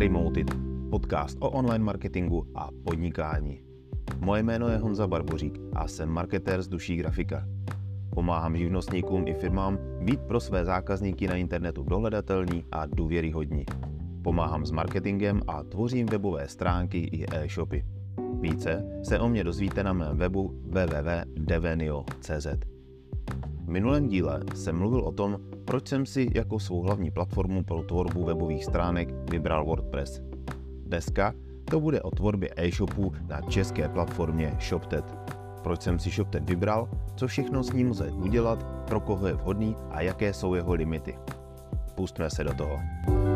Remoted, podcast o online marketingu a podnikání. Moje jméno je Honza Barbořík a jsem marketér z duší grafika. Pomáhám živnostníkům i firmám být pro své zákazníky na internetu dohledatelní a důvěryhodní. Pomáhám s marketingem a tvořím webové stránky i e-shopy. Více se o mě dozvíte na mém webu www.devenio.cz. V minulém díle jsem mluvil o tom, proč jsem si jako svou hlavní platformu pro tvorbu webových stránek vybral WordPress. Dneska to bude o tvorbě e-shopů na české platformě ShopTet. Proč jsem si ShopTet vybral, co všechno s ním lze udělat, pro koho je vhodný a jaké jsou jeho limity. Pustme se do toho.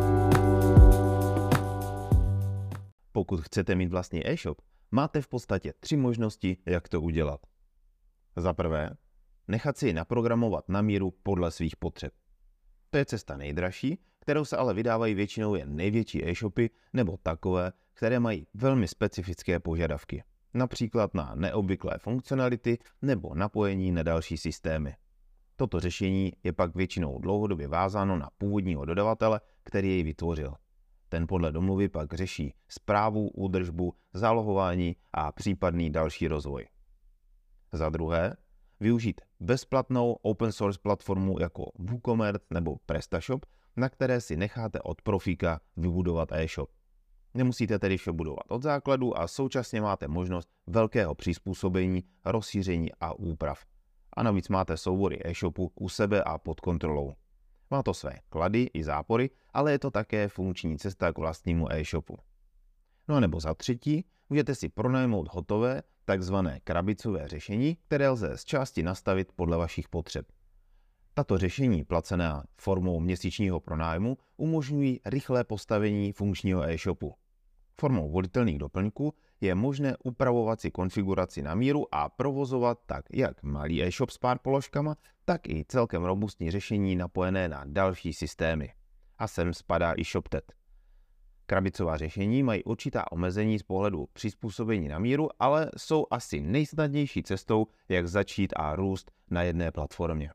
Pokud chcete mít vlastní e-shop, máte v podstatě 3 možnosti, jak to udělat. Za prvé, nechat si ji naprogramovat na míru podle svých potřeb. To je cesta nejdražší, kterou se ale vydávají většinou jen největší e-shopy nebo takové, které mají velmi specifické požadavky, například na neobvyklé funkcionality nebo napojení na další systémy. Toto řešení je pak většinou dlouhodobě vázáno na původního dodavatele, který jej vytvořil. Ten podle domluvy pak řeší správu, údržbu, zálohování a případný další rozvoj. Za druhé, využít bezplatnou open source platformu jako WooCommerce nebo PrestaShop, na které si necháte od profíka vybudovat e-shop. Nemusíte tedy vše budovat od základu a současně máte možnost velkého přizpůsobení, rozšíření a úprav. A navíc máte soubory e-shopu u sebe a pod kontrolou. Má to své klady i zápory, ale je to také funkční cesta k vlastnímu e-shopu. No a nebo za třetí, můžete si pronajmout hotové, takzvané krabicové řešení, které lze z části nastavit podle vašich potřeb. Tato řešení, placená formou měsíčního pronájmu, umožňují rychlé postavení funkčního e-shopu. Formou volitelných doplňků je možné upravovat si konfiguraci na míru a provozovat tak jak malý e-shop s pár položkama, tak i celkem robustní řešení napojené na další systémy. A sem spadá i ShopTet. Krabicová řešení mají určitá omezení z pohledu přizpůsobení na míru, ale jsou asi nejsnadnější cestou, jak začít a růst na jedné platformě.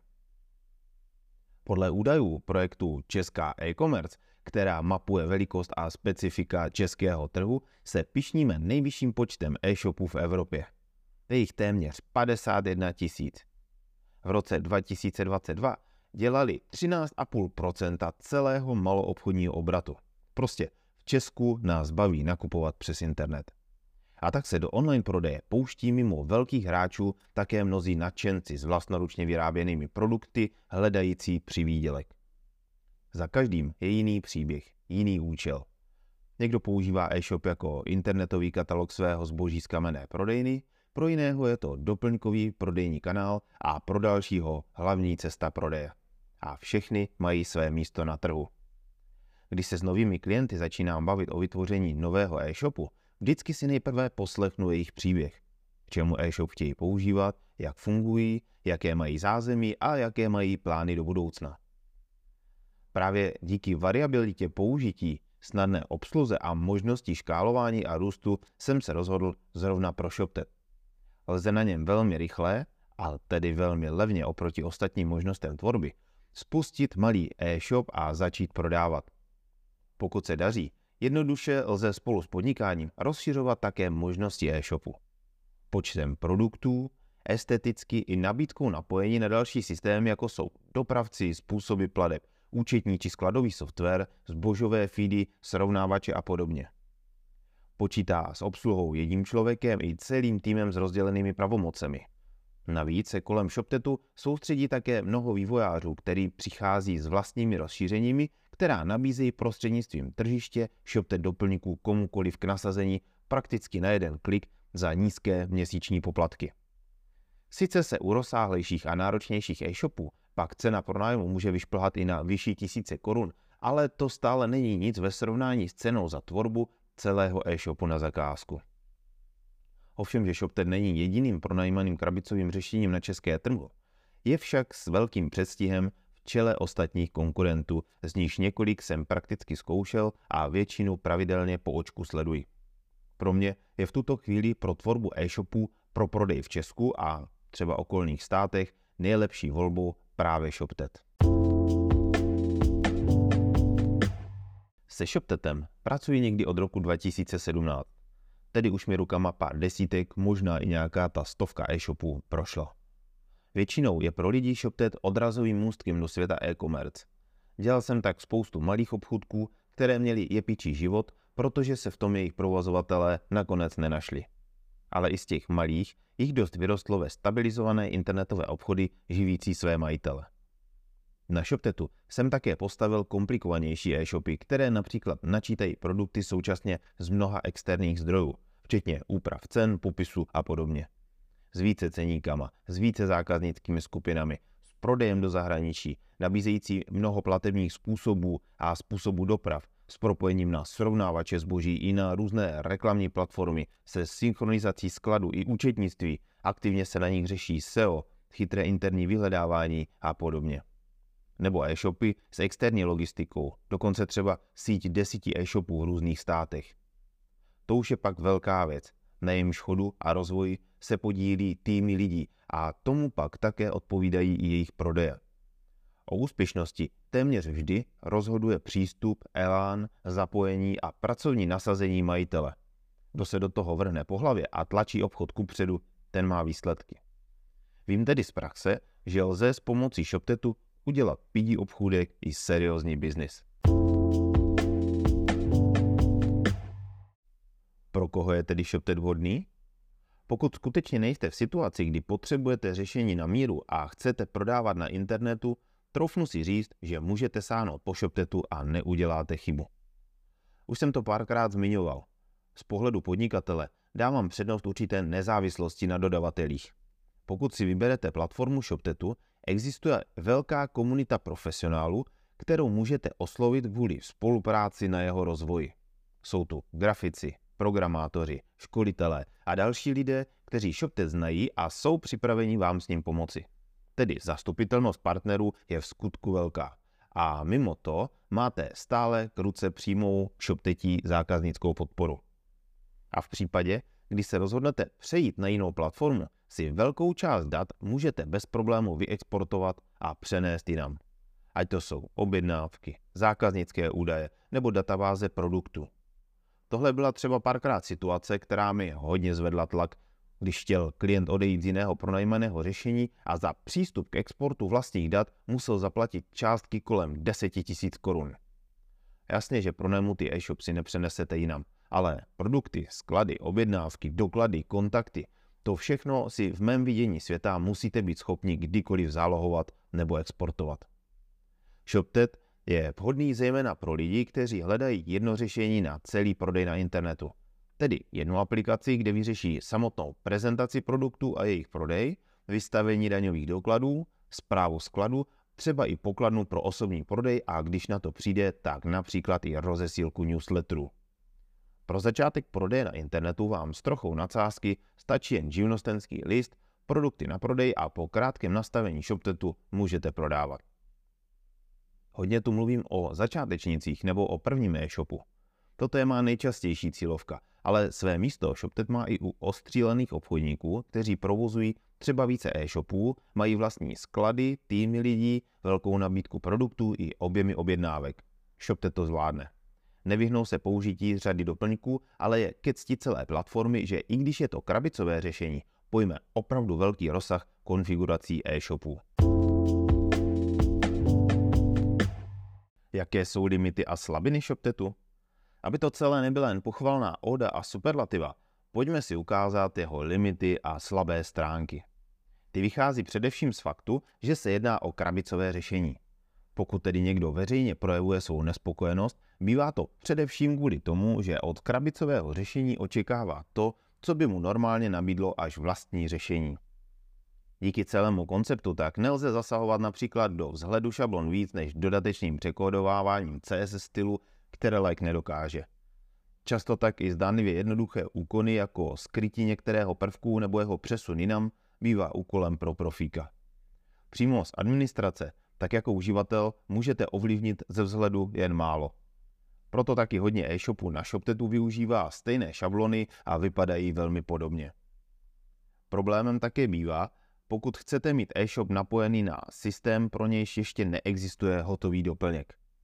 Podle údajů projektu Česká e-commerce, která mapuje velikost a specifika českého trhu, se pyšníme nejvyšším počtem e-shopů v Evropě. Je jich téměř 51 000. V roce 2022 dělali 13,5% celého maloobchodního obratu. Prostě v Česku nás baví nakupovat přes internet. A tak se do online prodeje pouští mimo velkých hráčů také mnozí nadšenci s vlastnoručně vyráběnými produkty hledající přivýdělek. Za každým je jiný příběh, jiný účel. Někdo používá e-shop jako internetový katalog svého zboží z kamenné prodejny, pro jiného je to doplňkový prodejní kanál a pro dalšího hlavní cesta prodeje. A všechny mají své místo na trhu. Když se s novými klienty začínám bavit o vytvoření nového e-shopu, vždycky si nejprve poslechnu jejich příběh. K čemu e-shop chtějí používat, jak fungují, jaké mají zázemí a jaké mají plány do budoucna. Právě díky variabilitě použití, snadné obsluze a možnosti škálování a růstu jsem se rozhodl zrovna pro ShopTet. Lze na něm velmi rychle, ale tedy velmi levně oproti ostatním možnostem tvorby, spustit malý e-shop a začít prodávat. Pokud se daří, jednoduše lze spolu s podnikáním rozšiřovat také možnosti e-shopu. Počtem produktů, esteticky i nabídkou napojení na další systémy, jako jsou dopravci, způsoby plateb, účetní či skladový software, zbožové feedy, srovnávače a podobně. Počítá s obsluhou jedním člověkem i celým týmem s rozdělenými pravomocemi. Navíc se kolem ShopTetu soustředí také mnoho vývojářů, který přichází s vlastními rozšířeními, která nabízejí prostřednictvím tržiště ShopTet doplňků komukoliv k nasazení prakticky na jeden klik za nízké měsíční poplatky. Sice se u rozsáhlejších a náročnějších e-shopů pak cena pronájmu může vyšplhat i na vyšší tisíce korun, ale to stále není nic ve srovnání s cenou za tvorbu celého e-shopu na zakázku. Ovšem, že ShopTet není jediným pronajímaným krabicovým řešením na české trhu, je však s velkým předstihem v čele ostatních konkurentů, z nichž několik jsem prakticky zkoušel a většinu pravidelně po očku sleduji. Pro mě je v tuto chvíli pro tvorbu e-shopů pro prodej v Česku a třeba okolních státech nejlepší volbou právě ShopTet. Se ShopTetem Pracuji někdy od roku 2017. Tedy už mi rukama pár desítek, možná i nějaká ta stovka e-shopů prošla. Většinou je pro lidi ShopTet odrazovým můstkem do světa e-commerce. Dělal jsem tak spoustu malých obchůdků, které měly jepičí život, protože se v tom jejich provozovatelé nakonec nenašli. Ale i z těch malých jich dost vyrostlo ve stabilizované internetové obchody živící své majitele. Na ShopTetu jsem také postavil komplikovanější e-shopy, které například načítají produkty současně z mnoha externích zdrojů, včetně úprav cen, popisu a podobně. S více ceníkama, s více zákaznickými skupinami, s prodejem do zahraničí, nabízející mnoho platebních způsobů a způsobů doprav, s propojením na srovnávače zboží i na různé reklamní platformy, se synchronizací skladu i účetnictví, aktivně se na nich řeší SEO, chytré interní vyhledávání a podobně. Nebo e-shopy s externí logistikou, dokonce třeba síť 10 e-shopů v různých státech. To už je pak velká věc, na jejímž chodu a rozvoji se podílí týmy lidí a tomu pak také odpovídají i jejich prodeje. O úspěšnosti téměř vždy rozhoduje přístup, elán, zapojení a pracovní nasazení majitele. Kdo se do toho vrhne po hlavě a tlačí obchod kupředu, ten má výsledky. Vím tedy z praxe, že lze s pomocí ShopTetu udělat pidi obchůdek i seriózní biznis. Pro koho je tedy ShopTet vhodný? Pokud skutečně nejste v situaci, kdy potřebujete řešení na míru a chcete prodávat na internetu, troufnu si říct, že můžete sáhnout po ShopTetu a neuděláte chybu. Už jsem to párkrát zmiňoval. Z pohledu podnikatele dávám přednost určité nezávislosti na dodavatelích. Pokud si vyberete platformu ShopTetu, existuje velká komunita profesionálů, kterou můžete oslovit kvůli spolupráci na jeho rozvoji. Jsou tu grafici, programátoři, školitelé a další lidé, kteří ShopTet znají a jsou připraveni vám s ním pomoci. Tedy zastupitelnost partnerů je v skutku velká. A mimo to máte stále k ruce přímou ShopTetí zákaznickou podporu. A v případě, kdy se rozhodnete přejít na jinou platformu, si velkou část dat můžete bez problému vyexportovat a přenést jinam. Ať to jsou objednávky, zákaznické údaje nebo databáze produktů. Tohle byla třeba párkrát situace, která mi hodně zvedla tlak, když chtěl klient odejít z jiného pronajímaného řešení a za přístup k exportu vlastních dat musel zaplatit částky kolem 10 000 korun. Jasně, že pronajmutý e-shop si nepřenesete jinam, ale produkty, sklady, objednávky, doklady, kontakty, to všechno si v mém vidění světa musíte být schopni kdykoliv zálohovat nebo exportovat. ShopTet je vhodný zejména pro lidi, kteří hledají jedno řešení na celý prodej na internetu. Tedy jednu aplikaci, kde vyřeší samotnou prezentaci produktů a jejich prodej, vystavení daňových dokladů, správu skladu, třeba i pokladnu pro osobní prodej a když na to přijde, tak například i rozesílku newsletterů. Pro začátek prodeje na internetu vám s trochou nadsázky stačí jen živnostenský list, produkty na prodej a po krátkém nastavení ShopTetu můžete prodávat. Hodně tu mluvím o začátečnících nebo o prvním e-shopu. Toto je má nejčastější cílovka, ale své místo ShopTet má i u ostřílených obchodníků, kteří provozují třeba více e-shopů, mají vlastní sklady, týmy lidí, velkou nabídku produktů i objemy objednávek. ShopTet to zvládne. Nevyhnou se použití řady doplňků, ale je ke cti celé platformy, že i když je to krabicové řešení, pojme opravdu velký rozsah konfigurací e-shopů. Jaké jsou limity a slabiny ShopTetu? Aby to celé nebyla jen pochvalná óda a superlativa, pojďme si ukázat jeho limity a slabé stránky. Ty vychází především z faktu, že se jedná o krabicové řešení. Pokud tedy někdo veřejně projevuje svou nespokojenost, bývá to především kvůli tomu, že od krabicového řešení očekává to, co by mu normálně nabídlo až vlastní řešení. Díky celému konceptu tak nelze zasahovat například do vzhledu šablon víc než dodatečným překódováváním CSS stylu, které like nedokáže. Často tak i zdánlivě jednoduché úkony jako skrytí některého prvku nebo jeho přesun jinam bývá úkolem pro profíka. Přímo z administrace, tak jako uživatel, můžete ovlivnit ze vzhledu jen málo. Proto taky hodně e-shopů na ShopTetu využívá stejné šablony a vypadají velmi podobně. Problémem také bývá, pokud chcete mít e-shop napojený na systém, pro nějž ještě neexistuje hotový doplněk.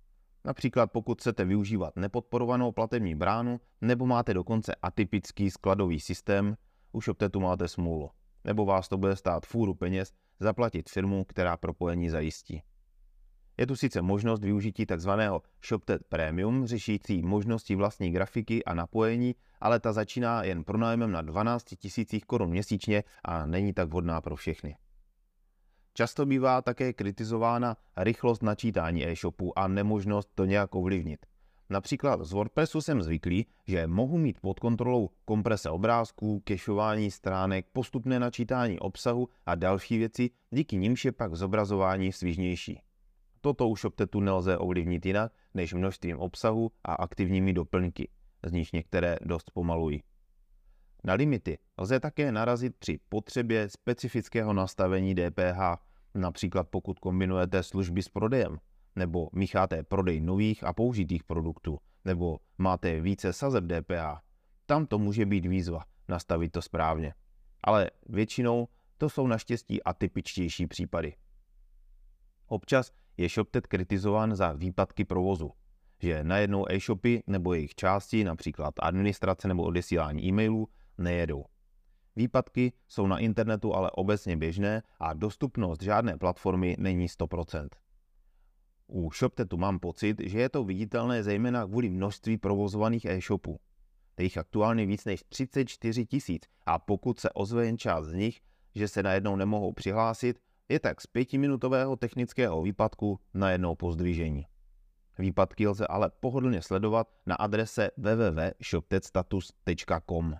Například pokud chcete využívat nepodporovanou platební bránu nebo máte dokonce atypický skladový systém, u ShopTetu máte smůlu. Nebo vás to bude stát fůru peněz zaplatit firmu, která propojení zajistí. Je tu sice možnost využití tzv. ShopTet Premium, řešící možnosti vlastní grafiky a napojení, ale ta začíná jen pronájmem na 12 000 korun měsíčně a není tak vhodná pro všechny. Často bývá také kritizována rychlost načítání e-shopu a nemožnost to nějak ovlivnit. Například z WordPressu jsem zvyklý, že mohu mít pod kontrolou komprese obrázků, kešování stránek, postupné načítání obsahu a další věci, díky nimž je pak zobrazování svižnější. Toto u ShopTetu nelze ovlivnit jinak než množstvím obsahu a aktivními doplňky, z nich některé dost pomalují. Na limity lze také narazit při potřebě specifického nastavení DPH, například pokud kombinujete služby s prodejem, nebo mícháte prodej nových a použitých produktů, nebo máte více sazeb DPH. Tam to může být výzva nastavit to správně. Ale většinou to jsou naštěstí atypičtější případy. Občas je ShopTet kritizován za výpadky provozu, že najednou e-shopy nebo jejich části, například administrace nebo odesílání e-mailů, nejedou. Výpadky jsou na internetu ale obecně běžné a dostupnost žádné platformy není 100%. U ShopTetu mám pocit, že je to viditelné zejména kvůli množství provozovaných e-shopů. Je jich aktuálně víc než 34 000 a pokud se ozve jen část z nich, že se najednou nemohou přihlásit, je tak z 5minutového technického výpadku najednou pozdvižení. Výpadky lze ale pohodlně sledovat na adrese www.shoptetstatus.com.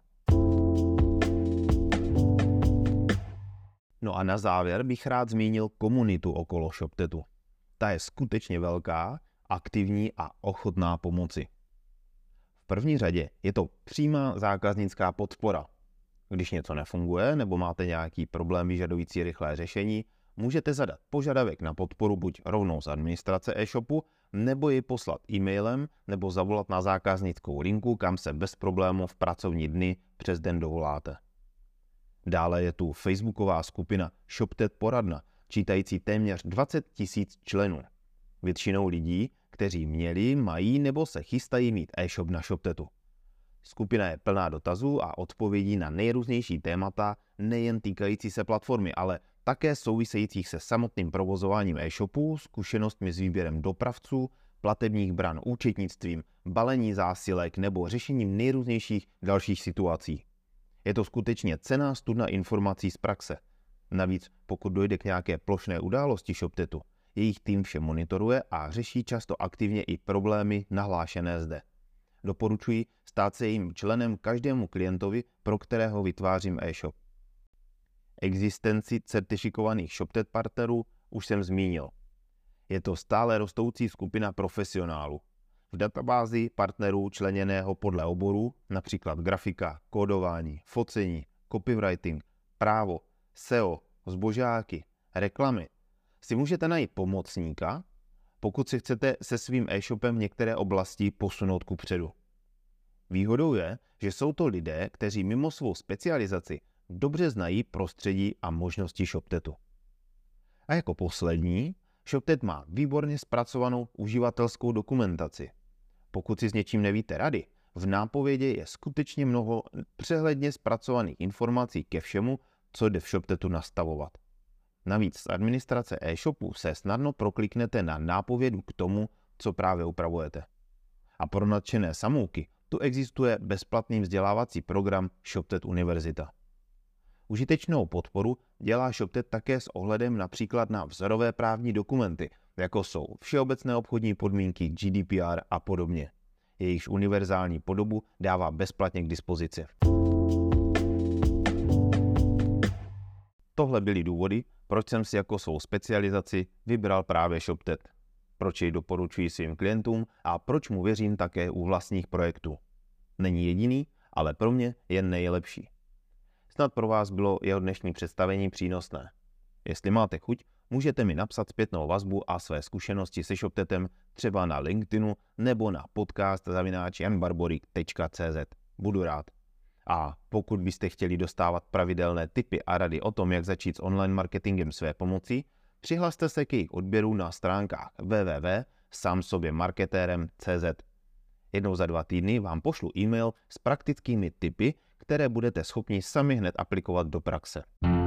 No a na závěr bych rád zmínil komunitu okolo ShopTetu. Ta je skutečně velká, aktivní a ochotná pomoci. V první řadě je to přímá zákaznická podpora. Když něco nefunguje nebo máte nějaký problém vyžadující rychlé řešení, můžete zadat požadavek na podporu buď rovnou z administrace e-shopu, nebo ji poslat e-mailem, nebo zavolat na zákaznickou linku, kam se bez problémů v pracovní dny přes den dovoláte. Dále je tu facebooková skupina ShopTet Poradna, čítající téměř 20 000 členů. Většinou lidí, kteří měli, mají nebo se chystají mít e-shop na ShopTetu. Skupina je plná dotazů a odpovědí na nejrůznější témata, nejen týkající se platformy, ale také souvisejících se samotným provozováním e-shopu, zkušenostmi s výběrem dopravců, platebních bran, účetnictvím, balení zásilek nebo řešením nejrůznějších dalších situací. Je to skutečně cenná studna informací z praxe. Navíc, pokud dojde k nějaké plošné události ShopTetu, jejich tým vše monitoruje a řeší často aktivně i problémy nahlášené zde. Doporučuji stát se jejím členem každému klientovi, pro kterého vytvářím e-shop. Existenci certifikovaných ShopTet partnerů už jsem zmínil. Je to stále rostoucí skupina profesionálů. V databázi partnerů členěného podle oborů, například grafika, kódování, focení, copywriting, právo, SEO, zbožáky, reklamy, si můžete najít pomocníka, pokud si chcete se svým e-shopem v některé oblasti posunout kupředu. Výhodou je, že jsou to lidé, kteří mimo svou specializaci dobře znají prostředí a možnosti ShopTetu. A jako poslední, ShopTet má výborně zpracovanou uživatelskou dokumentaci. Pokud si s něčím nevíte rady, v nápovědě je skutečně mnoho přehledně zpracovaných informací ke všemu, co jde v ShopTetu nastavovat. Navíc z administrace e-shopu se snadno prokliknete na nápovědu k tomu, co právě upravujete. A pro nadšené samouky tu existuje bezplatný vzdělávací program ShopTet Univerzita. Užitečnou podporu dělá ShopTet také s ohledem například na vzorové právní dokumenty, jako jsou všeobecné obchodní podmínky, GDPR a podobně. Jejichž univerzální podobu dává bezplatně k dispozici. Tohle byly důvody, proč jsem si jako svou specializaci vybral právě ShopTet, proč jej doporučuji svým klientům a proč mu věřím také u vlastních projektů. Není jediný, ale pro mě je nejlepší. Snad pro vás bylo jeho dnešní představení přínosné. Jestli máte chuť, můžete mi napsat zpětnou vazbu a své zkušenosti se ShopTetem třeba na LinkedInu nebo na podcast@janbarborik.cz. Budu rád. A pokud byste chtěli dostávat pravidelné tipy a rady o tom, jak začít s online marketingem své pomocí, přihlaste se k jejich odběru na stránkách www samsoběmarketérem.cz. Jednou za 2 týdny vám pošlu e-mail s praktickými tipy, které budete schopni sami hned aplikovat do praxe.